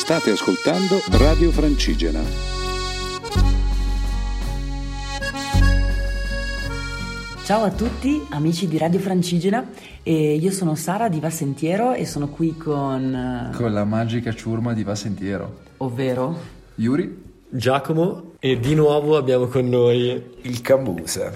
State ascoltando Radio Francigena. Ciao a tutti amici di Radio Francigena, e io sono Sara di Va Sentiero e sono qui con la magica ciurma di Va Sentiero, ovvero Yuri, Giacomo, e di nuovo abbiamo con noi il Cambusa.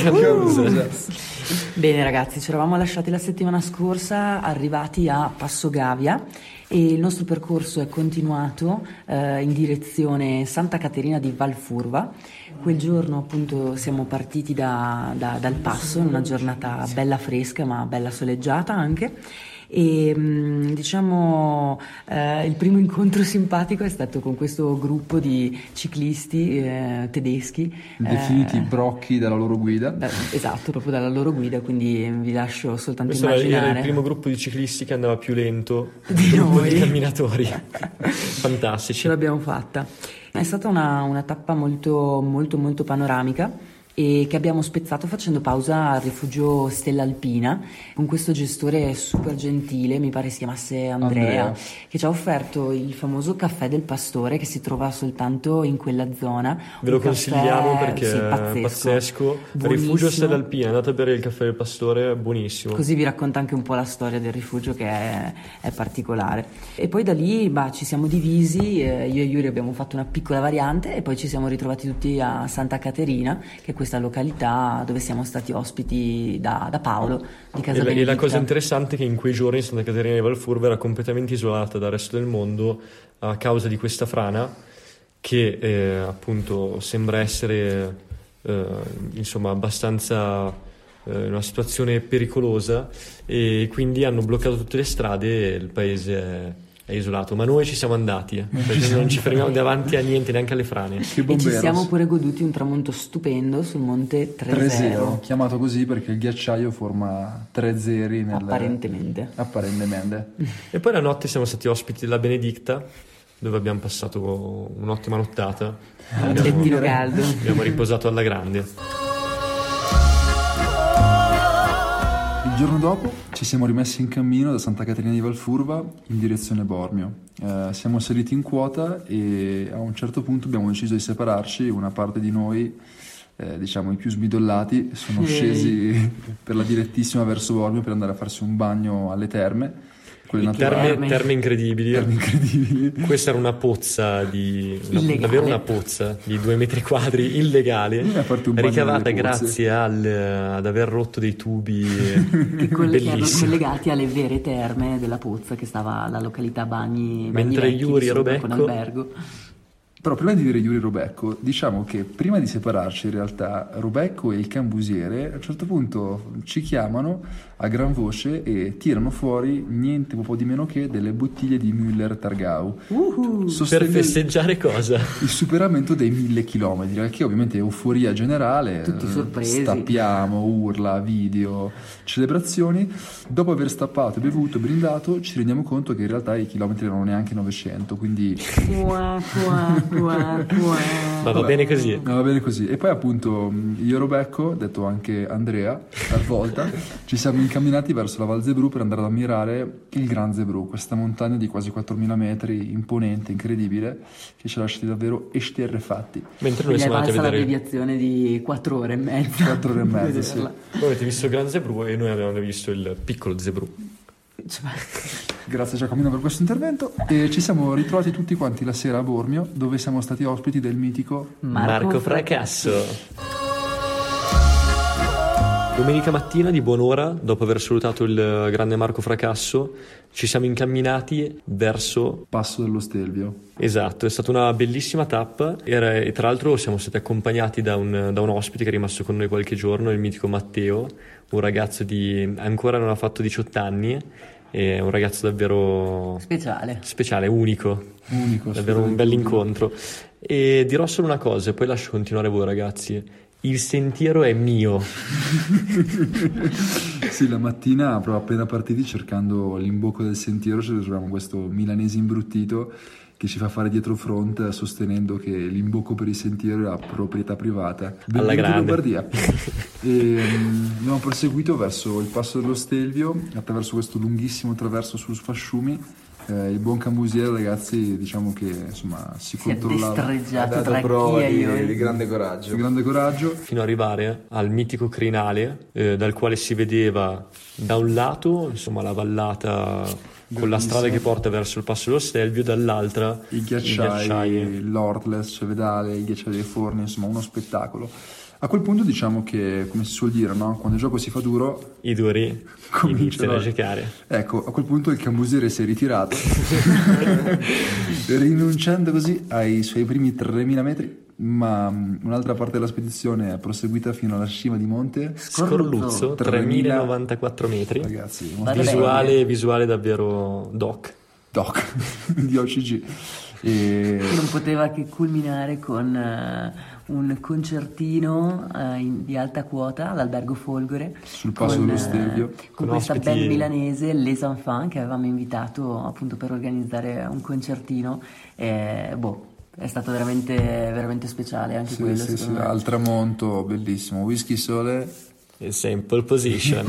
Bene ragazzi, ci eravamo lasciati la settimana scorsa arrivati a Passo Gavia e il nostro percorso è continuato in direzione Santa Caterina di Valfurva. Quel giorno appunto siamo partiti dal passo in una giornata bella fresca ma bella soleggiata anche, e diciamo il primo incontro simpatico è stato con questo gruppo di ciclisti tedeschi definiti brocchi dalla loro guida. Esatto, proprio dalla loro guida, quindi vi lascio soltanto questo immaginare. Era il primo gruppo di ciclisti che andava più lento di noi, di camminatori fantastici. Ce l'abbiamo fatta. È stata una tappa molto molto molto panoramica e che abbiamo spezzato facendo pausa al rifugio Stella Alpina con questo gestore super gentile, mi pare si chiamasse Andrea, che ci ha offerto il famoso caffè del pastore che si trova soltanto in quella zona. Ve lo consigliamo perché sì, è pazzesco. Rifugio Stella Alpina, andate a bere il caffè del pastore, buonissimo. Così vi racconta anche un po' la storia del rifugio che è particolare. E poi da lì ci siamo divisi, io e Yuri abbiamo fatto una piccola variante e poi ci siamo ritrovati tutti a Santa Caterina, che è questa località dove siamo stati ospiti da Paolo di Casa Benedicta. E la cosa interessante è che in quei giorni Santa Caterina di Valfurva era completamente isolata dal resto del mondo a causa di questa frana che appunto sembra essere insomma abbastanza in una situazione pericolosa, e quindi hanno bloccato tutte le strade e il paese è isolato, ma noi ci siamo andati perché non ci fermiamo davanti a niente, neanche alle frane, e ci siamo pure goduti un tramonto stupendo sul monte 3-0, chiamato così perché il ghiacciaio forma 3 zeri apparentemente. E poi la notte siamo stati ospiti della Benedicta, dove abbiamo passato un'ottima nottata, abbiamo riposato alla grande. Il giorno dopo ci siamo rimessi in cammino da Santa Caterina di Valfurva in direzione Bormio. Siamo saliti in quota e a un certo punto abbiamo deciso di separarci. Una parte di noi, diciamo i più smidollati, sono scesi per la direttissima verso Bormio per andare a farsi un bagno alle terme. Terme incredibili. Questa era una pozza davvero una pozza di 2 metri quadri illegale, ricavata grazie ad aver rotto dei tubi che erano collegati alle vere terme della pozza che stava alla località Bagni mentre Vecchi, Yuri e Robecco, un albergo. Però prima di dire Yuri e Robecco, diciamo che prima di separarci in realtà Robecco e il cambusiere a un certo punto ci chiamano a gran voce e tirano fuori niente po' di meno che delle bottiglie di Müller Targau per festeggiare cosa? Il superamento dei 1000 chilometri, che ovviamente è euforia generale, tutti sorpresi, stappiamo, urla, video, celebrazioni. Dopo aver stappato, bevuto e brindato ci rendiamo conto che in realtà i chilometri erano neanche 900, quindi ma va bene così. E poi appunto io e Robecco, detto anche Andrea talvolta, ci siamo incamminati verso la Val Zebrù per andare ad ammirare il Gran Zebrù, questa montagna di quasi 4000 metri, imponente, incredibile, che ci ha lasciati davvero esterrefatti. Mentre noi siamo andati a vedere l'abbreviazione di 4 ore e mezza. 4 ore e mezza, sì. Voi avete visto il Gran Zebrù e noi abbiamo visto il piccolo Zebrù. Grazie Giacomino per questo intervento. E ci siamo ritrovati tutti quanti la sera a Bormio, dove siamo stati ospiti del mitico Marco Fracasso. Domenica mattina di buon'ora, dopo aver salutato il grande Marco Fracasso, ci siamo incamminati verso Passo dello Stelvio. Esatto, è stata una bellissima tappa e tra l'altro siamo stati accompagnati da un ospite che è rimasto con noi qualche giorno, il mitico Matteo, un ragazzo ancora non ha fatto 18 anni, è un ragazzo davvero speciale, unico, davvero un bell'incontro. E dirò solo una cosa e poi lascio continuare voi ragazzi: il sentiero è mio. Sì, la mattina proprio appena partiti, cercando l'imbocco del sentiero, ci troviamo questo milanese imbruttito che ci fa fare dietro front sostenendo che l'imbocco per il sentiero era proprietà privata. Alla grande. Lombardia. E abbiamo proseguito verso il Passo dello Stelvio attraverso questo lunghissimo traverso su Sfasciumi Il buon cambusiere, ragazzi, diciamo che insomma si Si è controllava. destreggiato Ha tra dato prova chi e di io. grande coraggio. Di grande coraggio. Fino ad arrivare al mitico crinale, dal quale si vedeva da un lato, insomma, la vallata con la strada che porta verso il Passo dello Stelvio, dall'altra I ghiacciai, l'Ortles, Cevedale, i ghiacciai dei Forni, insomma uno spettacolo. A quel punto diciamo che, come si suol dire, no? Quando il gioco si fa duro, I duri iniziano a giocare. ecco, a quel punto il cambusiere si è ritirato, rinunciando così ai suoi primi 3000 metri, ma un'altra parte della spedizione è proseguita fino alla cima di monte. Scorluzzo, 3094 metri. Ragazzi, Vabbè. Visuale davvero doc. doc di OCG. E Che non poteva che culminare con un concertino di alta quota all'Albergo Folgore Sul Passo dello Stelvio. con Con questa ospiti- band milanese, Les Enfants, che avevamo invitato appunto per organizzare un concertino. È stato veramente, veramente speciale anche quello, sì, secondo me. al tramonto, bellissimo. Whisky sole. E sei in pole position.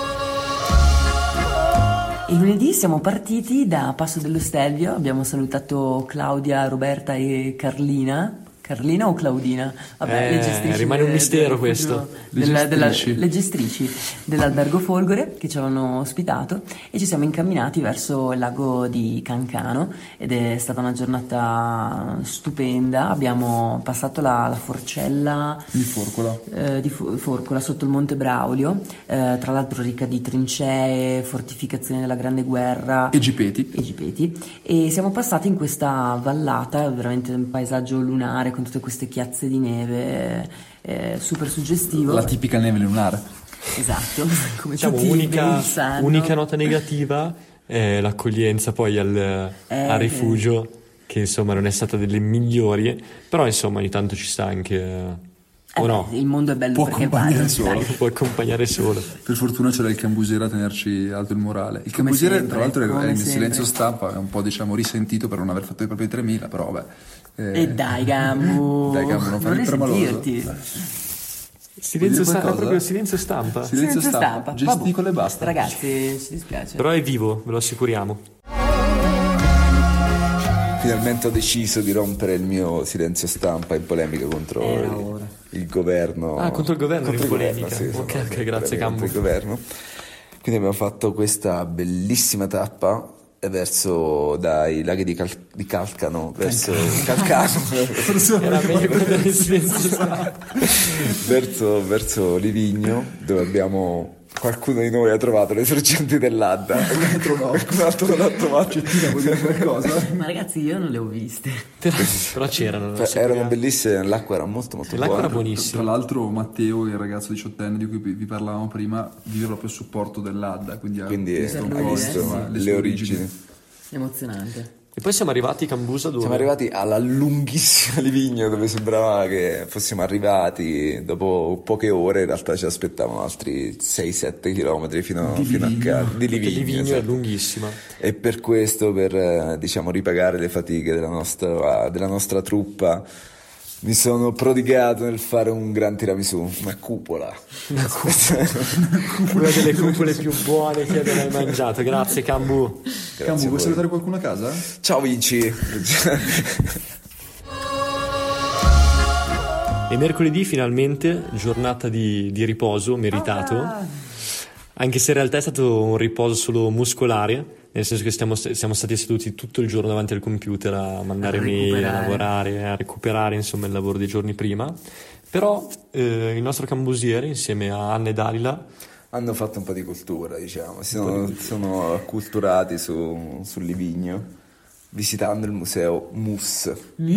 Il lunedì siamo partiti da Passo dello Stelvio, abbiamo salutato Claudia, Roberta e Carlina. Carlina o Claudina? Eh, rimane un mistero questo. Le gestrici dell'Albergo Folgore che ci avevano ospitato, e ci siamo incamminati verso il lago di Cancano ed è stata una giornata stupenda. Abbiamo passato la forcella Di Forcola. di Forcola sotto il Monte Braulio, tra l'altro ricca di trincee, fortificazioni della Grande Guerra E Gipeti. e Gipeti, e siamo passati in questa vallata, veramente un paesaggio lunare con tutte queste chiazze di neve, super suggestivo. La tipica neve lunare. Esatto, come Diciamo, tutti ben sanno. unica nota negativa è l'accoglienza poi al rifugio, che insomma non è stata delle migliori, però insomma ogni tanto ci sta anche... o no? Il mondo è bello Può perché accompagnare vale, solo. dai. Può accompagnare solo. Per fortuna c'era il cambusiere a tenerci alto il morale. Il Come cambusiere, sempre, tra l'altro, come è in sempre. silenzio stampa, è un po', diciamo, risentito per non aver fatto i propri 3000, però vabbè. E dai Gambu, Dai, Gambu, non fare il permaloso. risentirti. Silenzio dire stampa, qualcosa? proprio silenzio stampa. Silenzio stampa. Gesticola e Vabbè. basta. Ragazzi, ci dispiace. Però è vivo, ve lo assicuriamo. Finalmente ho deciso di rompere il mio silenzio stampa in polemica contro Era ora. il governo. Ah, contro il governo Contro in il governo, polemica. sì, Ok, sono ok, grazie, polemica Cambu. contro il governo. Quindi abbiamo fatto questa bellissima tappa verso dai laghi di Calcano verso Calcano Era meglio prendere il silenzio stampa. verso Livigno, dove abbiamo qualcuno di noi ha trovato le sorgenti dell'Adda. Qualcun altro non l'ha trovato. Vuoi dire qualcosa? Ma ragazzi, io non le ho viste. Però c'erano. lo Erano assicuriamo. bellissime, l'acqua era molto molto L'acqua era buona. Tra buonissima. l'altro Matteo, il ragazzo 18enne di cui vi parlavamo prima, vive proprio a supporto dell'Adda, quindi ha Quindi visto un hai po' visto insomma, le sue origini. Emozionante. E poi siamo arrivati a Cambusa dove? Siamo arrivati alla lunghissima Livigno, dove sembrava che fossimo arrivati dopo poche ore. In realtà ci aspettavano altri 6-7 chilometri fino a casa di Perché Livigno, Livigno è esatto. lunghissima. E per questo, per diciamo ripagare le fatiche della nostra truppa, mi sono prodigato nel fare un gran tiramisù, una cupola. Una delle cupole più buone che abbia mai mangiato. Grazie, Cambu. Grazie Cambu, a vuoi voi. salutare qualcuno a casa? Ciao Vinci. E mercoledì finalmente giornata di riposo meritato, anche se in realtà è stato un riposo solo muscolare, nel senso che siamo stati seduti tutto il giorno davanti al computer a mandare mail, a lavorare, a recuperare insomma il lavoro dei giorni prima. Però il nostro cambusiere insieme a Anna e Dalila Hanno fatto un po' di cultura, diciamo, sono acculturati sul Livigno, visitando il museo Mus.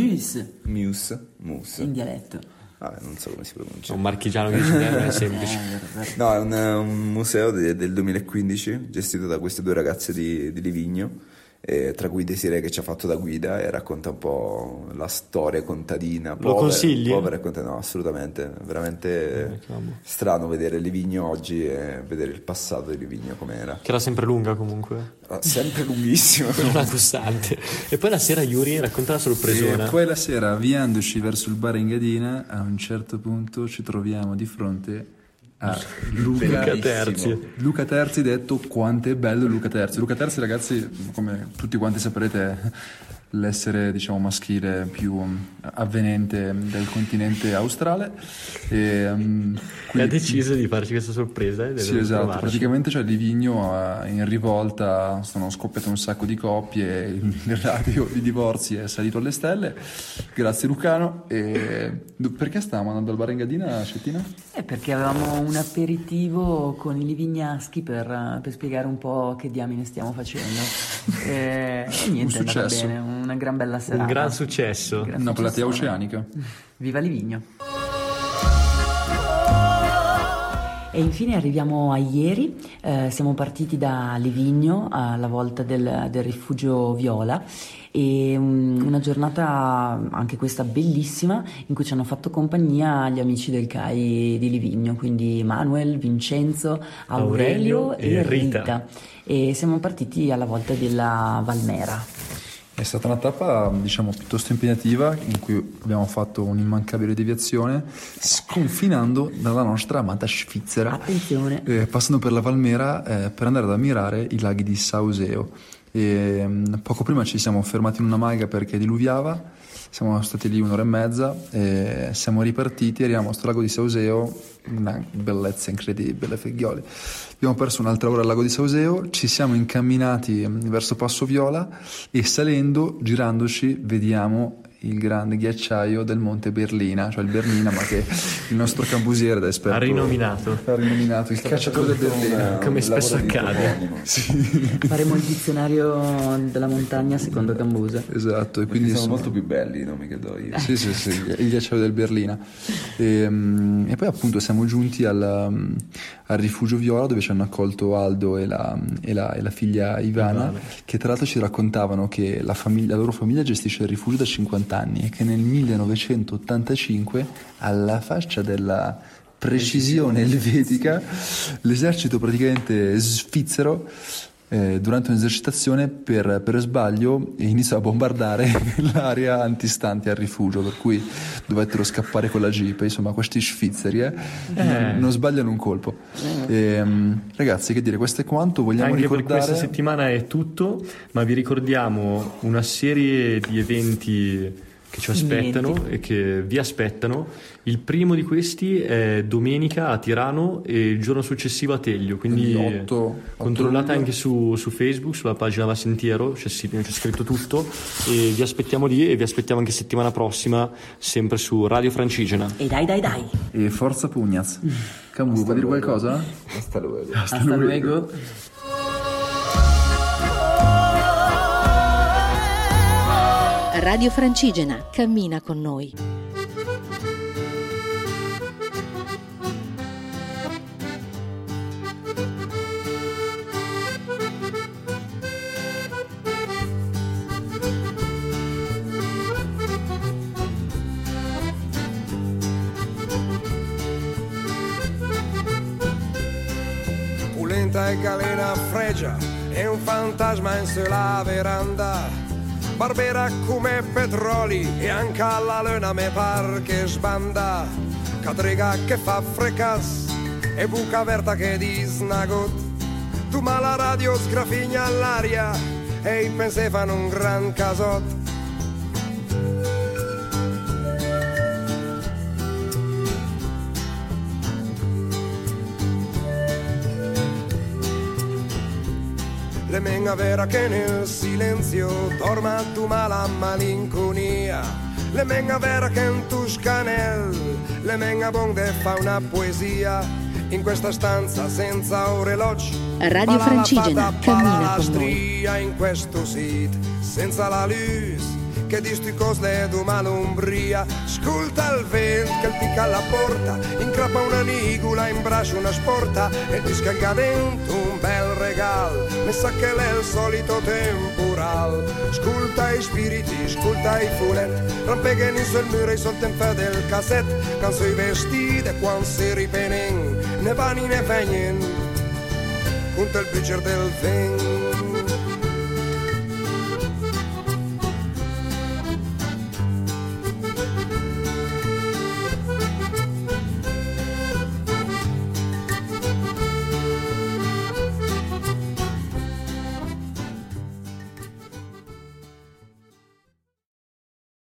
In dialetto. Non so come si pronuncia. un marchigiano che dice non è semplice. No, è un museo del 2015 gestito da queste due ragazze di Livigno, tra cui Desiree, che ci ha fatto da guida e racconta un po' la storia contadina. Lo consigli? Povera e contadina, no, assolutamente, veramente strano vedere Livigno oggi e vedere il passato di Livigno com'era. Che era sempre lunga comunque, Sempre lunghissimo. una costante. E poi la sera Yuri racconta la sorpresona. E poi la sera, avviandoci verso il bar Engadina, a un certo punto ci troviamo di fronte a Luca Bellissimo. Luca Terzi, detto quanto è bello Luca Terzi. Luca Terzi, ragazzi, come tutti quanti saprete, è l'essere, diciamo, maschile più avvenente del continente australe e ha deciso di farci questa sorpresa e sì, esatto, praticamente c'è Livigno in rivolta, sono scoppiate un sacco di coppie, il radio di divorzi è salito alle stelle. Grazie Lucano. E perché stavamo andando al bar in Gadina, Cettina? Perché avevamo un aperitivo con i livignaschi per spiegare un po' che diamine stiamo facendo e niente, è andata bene, una gran bella serata. Un gran successo. Una platea oceanica. Viva Livigno. E infine arriviamo a ieri, siamo partiti da Livigno alla volta del rifugio Viola e una giornata anche questa bellissima in cui ci hanno fatto compagnia gli amici del CAI di Livigno, quindi Manuel, Vincenzo, Aurelio e Rita. E siamo partiti alla volta della Valmera. È stata una tappa, diciamo, piuttosto impegnativa in cui abbiamo fatto un'immancabile deviazione sconfinando dalla nostra amata Svizzera. Attenzione! Passando per la Valmera per andare ad ammirare i laghi di Sauseo. Poco prima ci siamo fermati in una maiga perché diluviava, siamo stati lì un'ora e mezza e siamo ripartiti, arriviamo a sto lago di Sauseo, una bellezza incredibile, figlioli. Abbiamo perso un'altra ora al lago di Sauseo, ci siamo incamminati verso Passo Viola e salendo, girandoci, vediamo il grande ghiacciaio del Monte Berlina, cioè il Bernina, ma che il nostro cambusiere da esperto ha rinominato il cacciatore del Berlina, come spesso accade. Sì. Faremo il dizionario della montagna secondo Cambusa. Esatto, e Quindi quindi sono molto più belli i nomi che do io. Sì, il ghiacciaio del Berlina. E poi appunto siamo giunti al rifugio Viola, dove ci hanno accolto Aldo e la figlia Ivana, che tra l'altro ci raccontavano che la loro famiglia gestisce il rifugio da 50 anni e che nel 1985, alla faccia della precisione elvetica, l'esercito praticamente svizzero durante un'esercitazione per sbaglio iniziò a bombardare l'area antistante al rifugio, per cui dovettero scappare con la jeep. Insomma, questi svizzeri non sbagliano un colpo. Ragazzi, che dire, questo è quanto. Vogliamo anche ricordare, per questa settimana è tutto, ma vi ricordiamo una serie di eventi che ci aspettano e che vi aspettano. Il primo di questi è domenica a Tirano e il giorno successivo a Teglio, quindi 8 controllate luglio. anche su Facebook, sulla pagina Va Sentiero, c'è scritto tutto, e vi aspettiamo lì e vi aspettiamo anche settimana prossima sempre su Radio Francigena. E dai! E forza Pugnaz. Cambu, vuoi dire qualcosa? Hasta luego. Hasta luego. Radio Francigena, cammina con noi. Pulenta e galera fregia e un fantasma in sulla veranda. Barbera come petroli e anche alla luna me par che sbanda. Cadrega che fa frecas e buca aperta che disnagot. Tu ma la radio sgrafigna all'aria e i pensi fanno un gran casot. Le menga vera che nel silenzio dorma tu ma la malinconia. Le menga vera che in Tuscanel, le menga bonde fa una poesia. In questa stanza senza orologi, Radio Francigena, cammina con noi. In questo sit senza la luce che di sti cose d'uma l'ombria. Ascolta il vento che picca alla porta, incrappa una nigula, in braccio una sporta e ti scarica dentro un bel regalo. Ne sa che l'è il solito temporal. Ascolta i spiriti, ascolta i fuletti, rampegano sul muro e sul tempo del cassette. Canso i vestiti e quando si ripenen, ne vanno ne vengono, conta il bicchiere del vento.